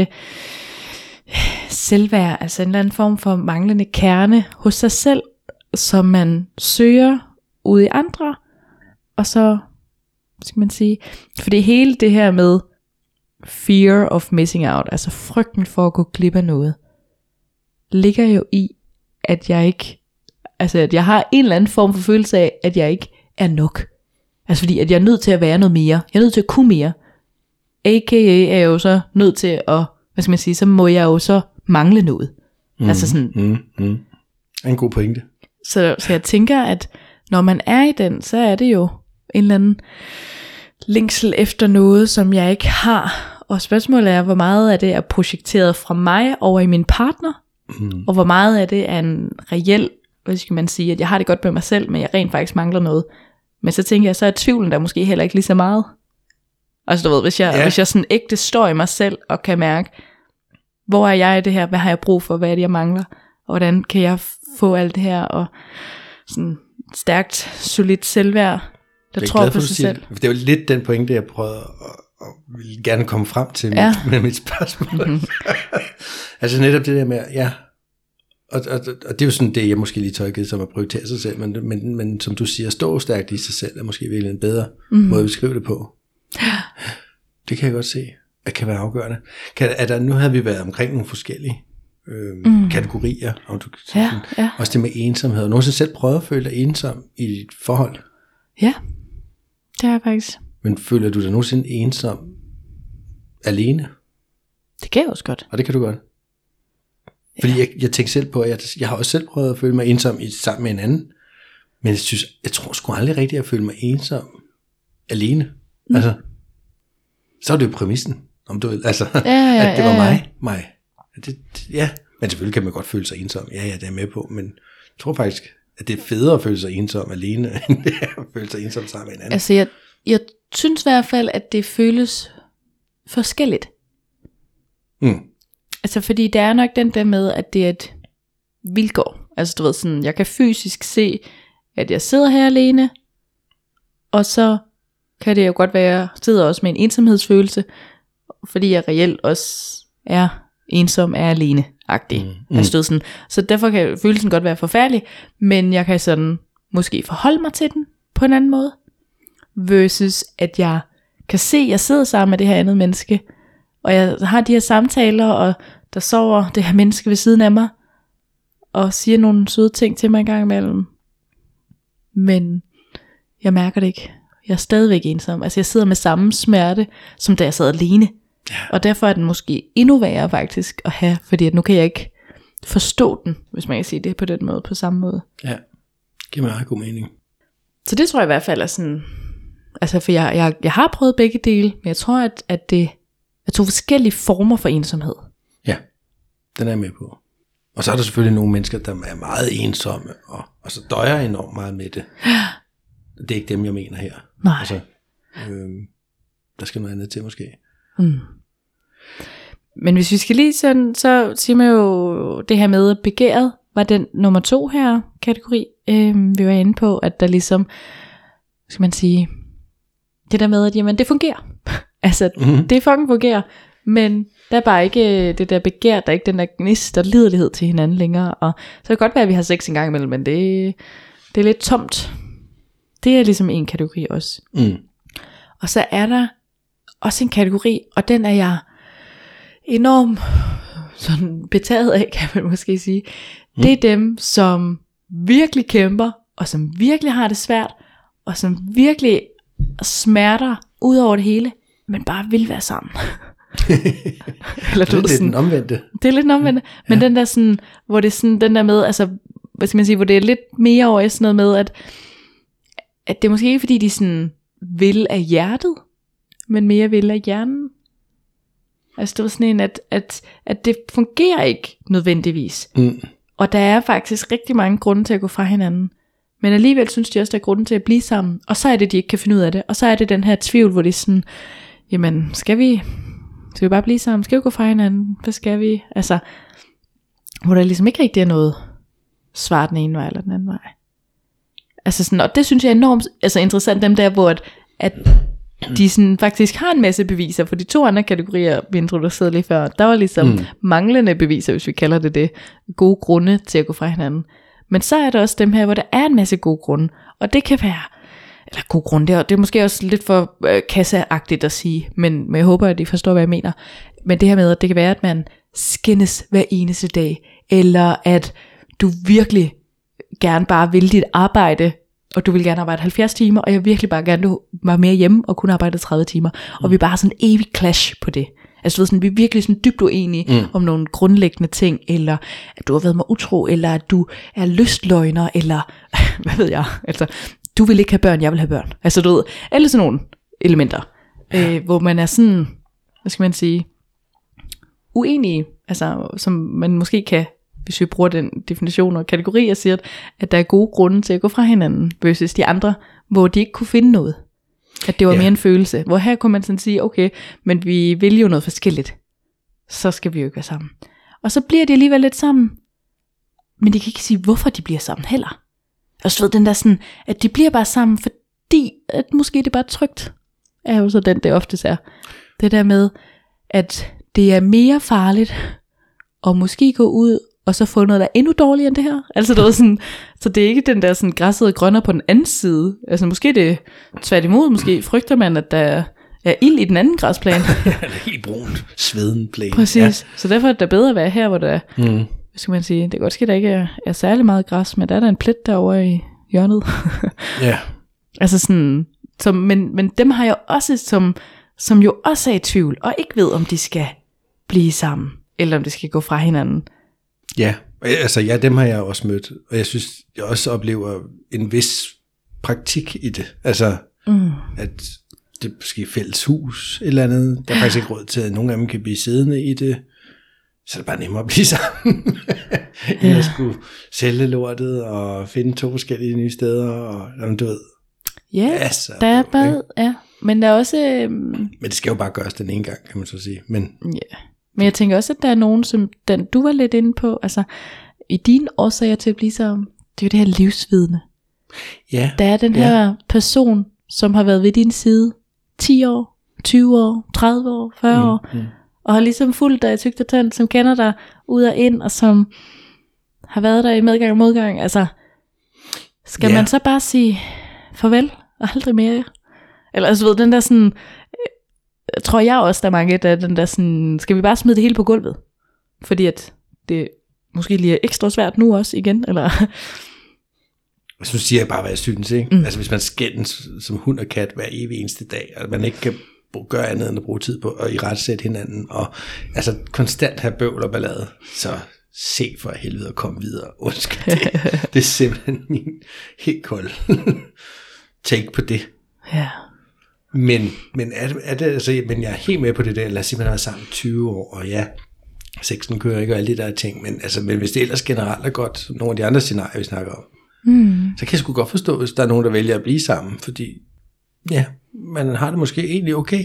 selvværd, altså en eller anden form for manglende kerne hos sig selv, som man søger ude i andre, og så skal man sige, fordi hele det her med fear of missing out, altså frygten for at gå glip af noget, ligger jo i, at jeg ikke, altså at jeg har en eller anden form for følelse af, at jeg ikke er nok. Altså fordi, at jeg er nødt til at være noget mere. Jeg er nødt til at kunne mere. A K A er jeg jo så nødt til at, hvad skal man sige, så må jeg jo så mangle noget. Mm, altså sådan. Mm, mm. En god pointe. Så, så jeg tænker, at når man er i den, så er det jo en eller anden længsel efter noget, som jeg ikke har. Og spørgsmålet er, hvor meget af det er projekteret fra mig over i min partner, mm. og hvor meget af det er en reel, hvad skal man sige, at jeg har det godt med mig selv, men jeg rent faktisk mangler noget. Men så tænker jeg, så er tvivlen der måske heller ikke lige så meget. Altså du ved, hvis jeg, ja. hvis jeg sådan ægte står i mig selv, og kan mærke, hvor er jeg i det her, hvad har jeg brug for, hvad er det jeg mangler, og hvordan kan jeg få alt det her, og sådan stærkt, solidt selvværd, der tror på sig selv. Det er jo lidt den pointe, jeg prøvede at, at vil gerne komme frem til ja. med, med mit spørgsmål. Mm-hmm. Altså netop det der med, ja, og, og, og det er jo sådan det, jeg måske lige tolkede som at prioritere sig selv, men, men, men som du siger, stå stærkt i sig selv, er måske virkelig en bedre mm-hmm. måde at beskrive det på. Det kan jeg godt se, at kan være afgørende. Kan, er der, nu havde vi været omkring nogle forskellige øh, mm. kategorier, og du, ja, sådan, ja. også det med ensomhed. Har du nogensinde selv prøvet at føle dig ensom i dit forhold? Ja, det har jeg faktisk. Men føler du dig nogensinde ensom alene? Det kan jeg også godt. Og det kan du godt. Fordi ja. jeg, jeg tænker selv på, at jeg, jeg har også selv prøvet at føle mig ensom i, sammen med en anden, men jeg synes, jeg tror sgu aldrig rigtigt at føle mig ensom alene. Mm. Altså, så er det jo præmissen, om du altså, ja, ja, at det var ja, ja. mig, mig. Det, ja, men selvfølgelig kan man godt føle sig ensom. Ja, ja, det er med på, men jeg tror faktisk, at det er federe at føle sig ensom alene, end det er at føle sig ensom sammen med en anden. Altså, jeg, jeg synes i hvert fald, at det føles forskelligt. Mm. Altså, fordi der er nok den der med, at det er et vilkår. Altså, du ved sådan, jeg kan fysisk se, at jeg sidder her alene, og så kan det jo godt være, at jeg sidder også med en ensomhedsfølelse, fordi jeg reelt også er ensom, er alene-agtig. Mm, mm. Altså, sådan. Så derfor kan følelsen godt være forfærdelig, men jeg kan sådan måske forholde mig til den på en anden måde, versus at jeg kan se, at jeg sidder sammen med det her andet menneske, og jeg har de her samtaler, og der sover det her menneske ved siden af mig, og siger nogle søde ting til mig en gang imellem, men jeg mærker det ikke. Jeg er stadigvæk ensom. Altså jeg sidder med samme smerte, som da jeg sad alene. Ja. Og derfor er den måske endnu værre faktisk at have, fordi at nu kan jeg ikke forstå den, hvis man kan sige det på den måde, på samme måde. Ja, det giver mig meget god mening. Så det tror jeg i hvert fald er sådan, altså for jeg, jeg, jeg har prøvet begge dele, men jeg tror, at, at det er to forskellige former for ensomhed. Ja, den er jeg med på. Og så er der selvfølgelig nogle mennesker, der er meget ensomme, og, og så døjer enormt meget med det. Det er ikke dem, jeg mener her. Nej. Altså, øh, der skal noget andet til måske. Mm. Men hvis vi skal lige sådan, så siger man jo det her med begæret, var den nummer to her kategori. Øh, vi var inde på, at der ligesom, skal man sige, det der med, at jamen, det fungerer. altså, mm-hmm. det fucking fungerer. Men der er bare ikke det der begær, der er ikke den der gnist og liderlighed til hinanden længere. Og så kan det godt være, at vi har sex en gang imellem, men det, det er lidt tomt. Det er ligesom en kategori også. Mm. Og så er der også en kategori, og den er jeg enormt sådan betaget af, kan man måske sige, mm. det er dem, som virkelig kæmper, og som virkelig har det svært, og som virkelig smerter ud over det hele, men bare vil være sammen. Eller, det er lidt den omvendte. Det er lidt den omvendte, men ja. den der sådan, hvor det er sådan, den der med, altså, hvad skal man sige, hvor det er lidt mere over i sådan noget med, at, at det er måske ikke fordi, de sådan vil af hjertet, men mere vil af hjernen. Altså det var sådan en, at, at, at det fungerer ikke nødvendigvis. Mm. Og der er faktisk rigtig mange grunde til at gå fra hinanden. Men alligevel synes de også, der er grunden til at blive sammen. Og så er det, de ikke kan finde ud af det. Og så er det den her tvivl, hvor det er sådan, jamen, skal vi, skal vi bare blive sammen? Skal vi gå fra hinanden? Hvad skal vi? Altså, hvor der ligesom ikke rigtig er noget svar den ene vej eller den anden vej. Altså sådan, og det synes jeg er enormt altså interessant, dem der, hvor at, at de sådan faktisk har en masse beviser. For de to andre kategorier, vi introducerede lige før, der var ligesom mm. manglende beviser, hvis vi kalder det det. Gode grunde til at gå fra hinanden. Men så er der også dem her, hvor der er en masse gode grunde. Og det kan være, eller gode grunde, det er, det er måske også lidt for øh, kasseagtigt at sige, men, men jeg håber, at I forstår, hvad jeg mener. Men det her med, at det kan være, at man skændes hver eneste dag, eller at du virkelig gerne bare vil dit arbejde, og du vil gerne arbejde halvfjerds timer, og jeg virkelig bare gerne, du var mere hjemme, og kun arbejde tredive timer. Mm. Og vi bare har sådan en evig clash på det. Altså du ved sådan, vi er virkelig sådan dybt uenige mm. om nogle grundlæggende ting, eller at du har været mig utro, eller at du er lystløgner, eller hvad ved jeg, altså du vil ikke have børn, jeg vil have børn. Altså du ved, alle sådan nogle elementer, ja. øh, hvor man er sådan, hvad skal man sige, uenige, altså som man måske kan, hvis vi bruger den definition og kategori, og siger, at der er gode grunde til at gå fra hinanden, versus de andre, hvor de ikke kunne finde noget. At det var ja. mere en følelse. Hvor her kunne man sådan sige, okay, men vi vil jo noget forskelligt. Så skal vi jo ikke være sammen. Og så bliver de alligevel lidt sammen. Men de kan ikke sige, hvorfor de bliver sammen heller. Og så ved den der sådan, at de bliver bare sammen, fordi at måske det er bare trygt. Er jo så den, det oftest er. Det der med, at det er mere farligt, at måske gå ud og så få noget, der er endnu dårligere end det her. Altså det var sådan, så det er ikke den der sådan græssede grønner på den anden side. Altså måske det tværtimod, måske frygter man, at der er ild i den anden græsplæne. Helt brunt, sveden plæne. Præcis, ja. Så derfor er det bedre at være her, hvor der er, mm. hvad skal man sige, det kan godt ske, der ikke er, er særlig meget græs, men der er der en plet derovre i hjørnet. Ja. Altså sådan, som, men, men dem har jeg også, som, som jo også er i tvivl, og ikke ved, om de skal blive sammen, eller om de skal gå fra hinanden. Ja, altså ja, dem har jeg også mødt, og jeg synes, jeg også oplever en vis praktik i det. Altså, mm. at det er måske fælles hus, et eller andet. Der er faktisk ikke råd til, at nogle af dem kan blive siddende i det. Så er det bare nemmere at blive sammen. Ja. Jeg skulle sælge lortet og finde to forskellige nye steder, og jamen, du ved. Ja, altså, der er bare, ja. Men der er også... Øhm... Men det skal jo bare gøres den ene gang, kan man så sige. Men... Ja. Men jeg tænker også, at der er nogen, som den, du var lidt inde på, altså i dine årsager til at blive så, det er jo det her livsvidne. Ja. Der er den ja. her person, som har været ved din side ti år, tyve år, tredive år, fyrre mm, år, mm. og har ligesom fulgt dig i tygt og tyndt, som kender dig ud og ind, og som har været der i medgang og modgang. Altså, skal ja. man så bare sige farvel og aldrig mere? Eller altså ved den der sådan... tror jeg også, der er mange, der er den der sådan, skal vi bare smide det hele på gulvet? Fordi at det måske lige er ekstra svært nu også igen, eller... Så nu siger jeg bare, hvad jeg synes, ikke? Mm. Altså hvis man skændes som hund og kat hver evig eneste dag, og man ikke kan gøre andet end at bruge tid på at irettesætte hinanden, og altså konstant have bøvl og ballade, så se for helvede og kom videre. Undskyld, det, det er simpelthen min helt kold take på det. Ja. Men, men, er det, er det, altså, men jeg er helt med på det der, lad os sige, man har været sammen tyve år, og ja, sexen kører ikke og alle de der ting, men, altså, men hvis det ellers generelt er godt, som nogle af de andre scenarier, vi snakker om, mm. så kan jeg sgu godt forstå, hvis der er nogen, der vælger at blive sammen, fordi ja, man har det måske egentlig okay.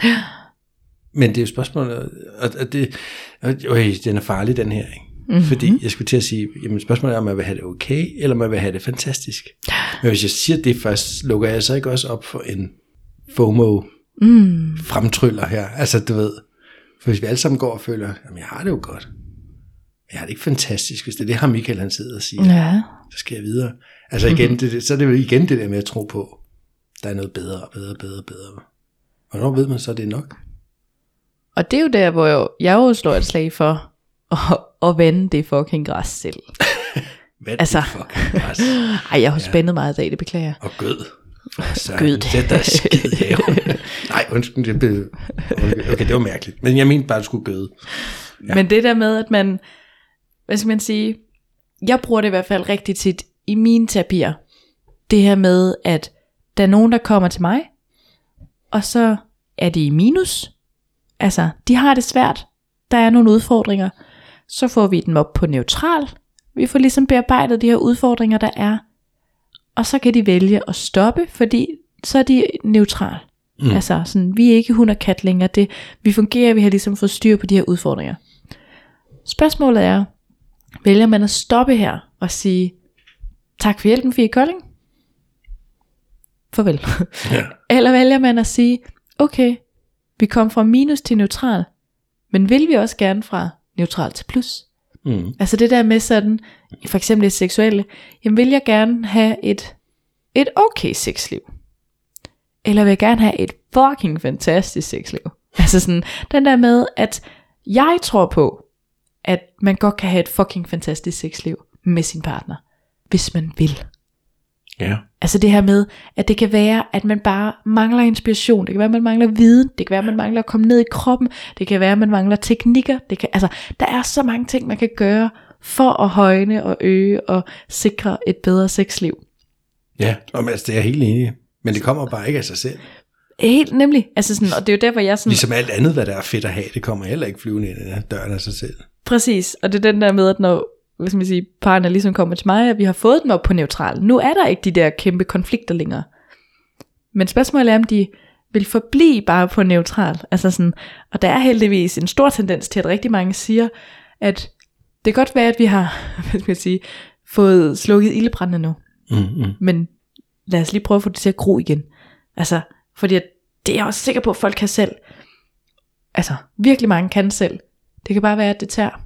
Men det er jo spørgsmålet, og det, øj, den er farlig, den her, ikke? Mm-hmm. Fordi jeg skulle til at sige, jamen spørgsmålet er, om man vil have det okay, eller om man vil have det fantastisk. Men hvis jeg siger det først, lukker jeg så ikke også op for en FOMO mm. fremtryller her. Altså du ved, for hvis vi alle sammen går og føler, jamen jeg har det jo godt, jeg har det ikke fantastisk, hvis det er det, har Michael han sidder og siger, ja. Så skal jeg videre. Altså igen, mm-hmm. det, så er det jo igen det der med at tro på, der er noget bedre, bedre, bedre, bedre. Hvornår ved man så, det er nok? Og det er jo der, hvor jeg, jeg jo slår et slag for, at, at vande det fucking græs selv. Hvad altså, det fucking græs? Ej, jeg har spændet ja. meget i dag, det beklager jeg. Og gød. Altså, gød. Det der skid have. Nej, undskyld, det blev... Okay, det var mærkeligt. Men jeg mente bare, at du skulle gøde. Ja. Men det der med, at man... Hvad skal man sige? Jeg bruger det i hvert fald rigtig tit i mine terapier. Det her med, at der er nogen, der kommer til mig, og så er de i minus. Altså, de har det svært. Der er nogle udfordringer. Så får vi dem op på neutral. Vi får ligesom bearbejdet de her udfordringer, der er. Og så kan de vælge at stoppe, fordi så er de neutral. Mm. Altså, sådan, vi er ikke hund og kat længere. Det, vi fungerer, vi har ligesom fået styr på de her udfordringer. Spørgsmålet er, vælger man at stoppe her og sige, tak for hjælpen, Fie Kolding? Farvel. Ja. Eller vælger man at sige, okay, vi kom fra minus til neutral, men vil vi også gerne fra neutral til plus? Mm. Altså det der med sådan, for eksempel det seksuelle, jamen vil jeg gerne have et, et okay sexliv? Eller vil jeg gerne have et fucking fantastisk sexliv? Altså sådan, den der med, at jeg tror på, at man godt kan have et fucking fantastisk sexliv med sin partner, hvis man vil. Ja. Altså det her med, at det kan være, at man bare mangler inspiration. Det kan være, at man mangler viden. Det kan være, at man mangler at komme ned i kroppen. Det kan være, at man mangler teknikker. Det kan, altså, der er så mange ting, man kan gøre for at højne og øge og sikre et bedre sexliv. Ja, og altså, det er jeg helt enig. Men det kommer bare ikke af sig selv. Helt nemlig. Altså sådan, og det er jo der, hvor jeg sådan... Ligesom alt andet, hvad der er fedt at have, det kommer heller ikke flyvende ind ad døren af sig selv. Præcis, og det er den der med, at når hvad skal man sige, parerne ligesom kommer til mig, at vi har fået dem op på neutral. Nu er der ikke de der kæmpe konflikter længere. Men spørgsmålet er, om de vil forblive bare på neutral. Altså sådan, og der er heldigvis en stor tendens til, at rigtig mange siger, at det kan godt være, at vi har hvad skal man sige, fået slukket ildebrandene nu. Mm-hmm. Men lad os lige prøve at få det til at gro igen. Altså, fordi at det er jeg også sikker på, at folk kan selv. Altså, virkelig mange kan selv. Det kan bare være, at det tager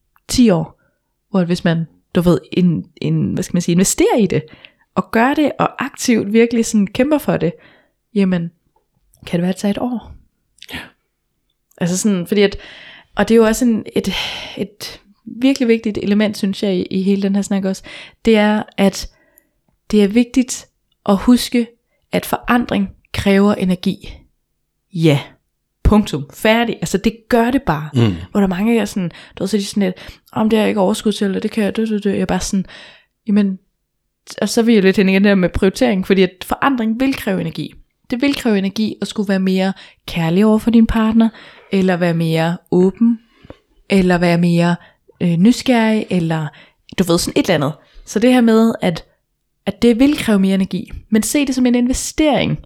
ti år. Hvor hvis man, du ved, en, en, hvad skal man sige, investerer i det, og gør det, og aktivt virkelig sådan kæmper for det, jamen, kan det være, at det tager et år? Ja. Altså sådan, fordi at, og det er jo også en, et, et virkelig vigtigt element, synes jeg, i, i hele den her snak også, det er, at det er vigtigt at huske, at forandring kræver energi. Ja. Punktum. Færdig. Altså det gør det bare. Mm. Hvor der mange er sådan, du ved, så er de sådan lidt, om det er ikke overskud til, eller det kan jeg, det, det, det. Jeg er bare sådan, jamen, og så vil jeg lidt hen igen der med prioritering, fordi at forandring vil kræve energi. Det vil kræve energi at skulle være mere kærlig over for din partner, eller være mere åben, eller være mere øh, nysgerrig, eller du ved, sådan et eller andet. Så det her med, at, at det vil kræve mere energi, men se det som en investering.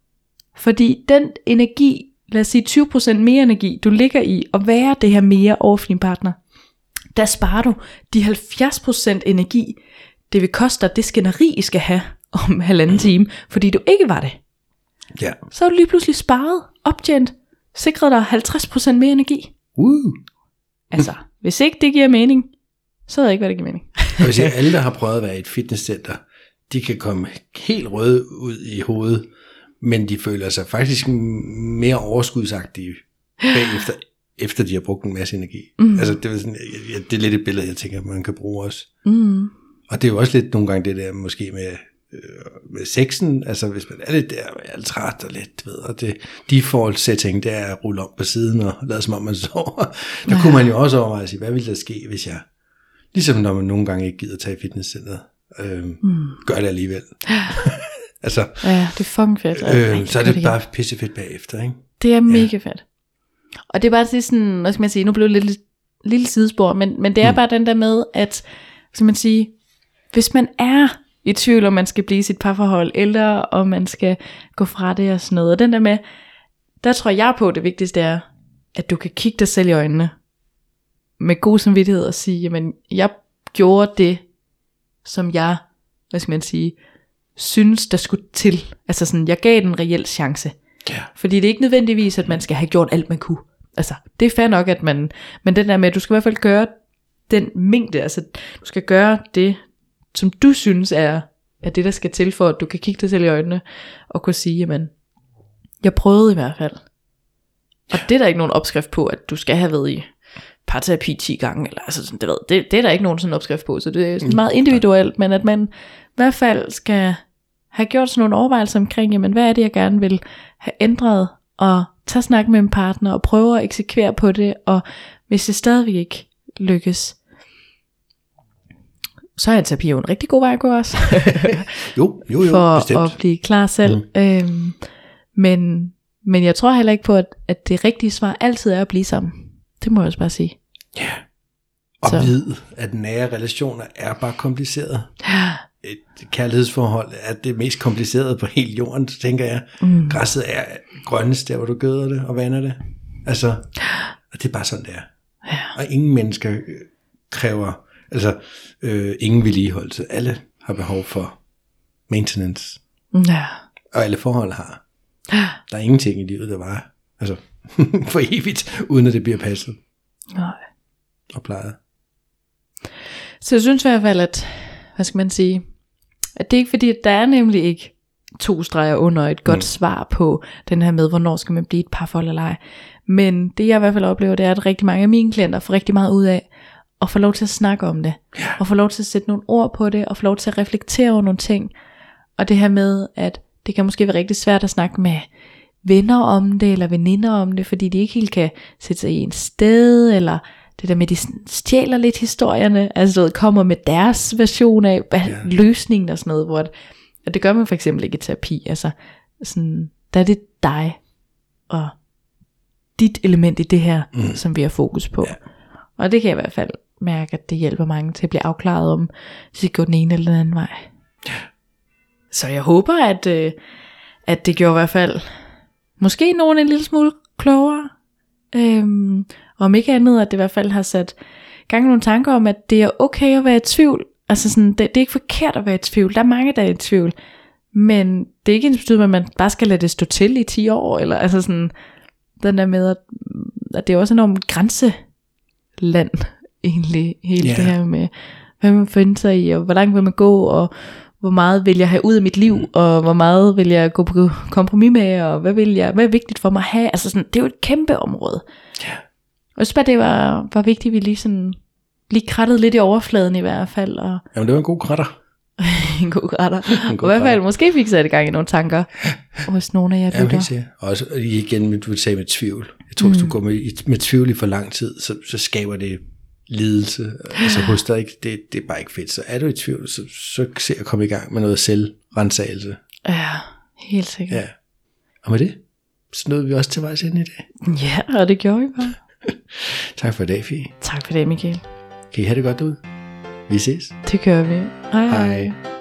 Fordi den energi, lad os sige tyve procent mere energi, du ligger i at være det her mere over for din partner, der sparer du de halvfjerds procent energi, det vil koste dig det skænderi, I skal have om halvanden time, fordi du ikke var det. Ja. Så har du lige pludselig sparet, optjent, sikret dig halvtreds procent mere energi. Uh. Altså, hvis ikke det giver mening, så ved jeg ikke, hvad det giver mening. Jeg vil sige, alle, der har prøvet at være i et fitnesscenter, de kan komme helt røde ud i hovedet, men de føler sig faktisk mere overskudsagtige bagefter, efter de har brugt en masse energi. Mm. Altså, det er, sådan, ja, det er lidt et billede, jeg tænker, man kan bruge også. Mm. Og det er jo også lidt nogle gange det der, måske med, øh, med sexen, altså hvis man er lidt der, er lidt træt og lidt, ved, og det default setting, det er at rulle om på siden og lade som om man sover. Der ja. Kunne man jo også overveje at sige, hvad ville der ske, hvis jeg, ligesom når man nogle gange ikke gider tage i fitnesscenteret, øh, mm. gør det alligevel. Altså, ja, det er fucking fedt. Øh, Ej, så er det, det bare pissefedt bagefter, ikke? Det er mega ja. fedt. Og det er bare sådan, hvad skal man sige, nu blev det lidt lille sidespor, men, men det er mm. bare den der med, at, hvad skal man sige, hvis man er i tvivl, om man skal blive sit parforhold, eller om man skal gå fra det og sådan noget, og den der med, der tror jeg på, det vigtigste er, at du kan kigge dig selv i øjnene, med god samvittighed, og sige, jamen, jeg gjorde det, som jeg, hvad skal man sige, synes der skulle til. Altså sådan, jeg gav den en reel chance. Yeah. Fordi det er ikke nødvendigvis, at man skal have gjort alt man kunne. Altså, det er fair nok, at man, men den der med, at du skal i hvert fald gøre den mængde, altså du skal gøre det, som du synes er, er det, der skal til, for at du kan kigge dig selv i øjnene, og kunne sige, jamen, jeg prøvede i hvert fald. Og det er der ikke nogen opskrift på, at du skal have været i parterapi ti gange, eller altså sådan, det, ved, det, det er der ikke nogen sådan opskrift på, så det er sådan meget individuelt, men at man i hvert fald skal have gjort sådan nogle overvejelser omkring, jamen hvad er det, jeg gerne vil have ændret, og tage snak med en partner, og prøve at eksekvere på det, og hvis det stadigvæk ikke lykkes, så er terapi jo en rigtig god vej at gå også. jo, jo, jo, for bestemt. at blive klar selv. Mm. Øhm, men, men jeg tror heller ikke på, at, at det rigtige svar altid er at blive sammen. Det må jeg også bare sige. Ja. Og så. vide, at nære relationer er bare kompliceret. Ja. Et kærlighedsforhold er det mest komplicerede på hele jorden, tænker jeg. Mm. Græsset er grønnest der, hvor du gøder det og vander det. Altså, og det er bare sådan, det er. Ja. Og ingen mennesker kræver, altså øh, ingen vedligeholdelse. Alle har behov for maintenance. Ja. Og alle forhold har. Der er ingenting i livet, der var altså, for evigt, uden at det bliver passet. Nej. Og plejet. Så jeg synes i hvert fald, at, hvad skal man sige, at det er ikke fordi, at der er nemlig ikke to streger under et godt mm. svar på den her med, hvornår skal man blive et parforhold eller ej. Men det jeg i hvert fald oplever, det er, at rigtig mange af mine klienter får rigtig meget ud af at få lov til at snakke om det. Ja. Og få lov til at sætte nogle ord på det, og få lov til at reflektere over nogle ting. Og det her med, at det kan måske være rigtig svært at snakke med venner om det, eller veninder om det, fordi de ikke helt kan sætte sig i en sted, eller det der med, de stjæler lidt historierne, altså det kommer med deres version af ja. løsningen og sådan noget, hvor at det gør man for eksempel ikke i terapi, altså sådan, der er det dig, og dit element i det her, mm. som vi har fokus på. Ja. Og det kan jeg i hvert fald mærke, at det hjælper mange til at blive afklaret om, hvis de går den ene eller den anden vej. Ja. Så jeg håber, at, øh, at det gjorde i hvert fald måske nogen en lille smule klogere. Øhm, og om ikke andet, at det i hvert fald har sat gang i nogle tanker om, at det er okay at være i tvivl. Altså sådan, det, det er ikke forkert at være i tvivl. Der er mange, der er i tvivl. Men det er ikke ens betydning, at man bare skal lade det stå til i ti år. Eller altså sådan, den der med, at, at det er også enormt grænseland, egentlig, hele yeah. det her med, hvad man finder sig i, og hvor langt vil man gå, og hvor meget vil jeg have ud af mit liv, og hvor meget vil jeg gå på kompromis med, og hvad vil jeg, hvad er vigtigt for mig at have, altså sådan, det er jo et kæmpe område. Ja. Og jeg synes bare, det var, var vigtigt, at vi lige sådan, lige krattede lidt i overfladen i hvert fald. Og jamen det var en god kratter. en god kratter. En god og i hvert fald måske fik sat i gang i nogle tanker hos nogle af jer lytter. Ja, og også igen, du sagde med tvivl. Jeg tror, mm. hvis du går med, med tvivl i for lang tid, så, så skaber det lidelse, altså hos dig ikke, det, det er bare ikke fedt. Så er du i tvivl, så, så se at komme i gang med noget selvrensagelse. Ja, helt sikkert. Ja. Og med det, så nåede vi også til vejs ende i dag. Ja, og det gjorde vi bare. Tak for i dag, Fie. Tak for det, Michael. Kan I have det godt derude? Vi ses. Det gør vi. Hej. Hej.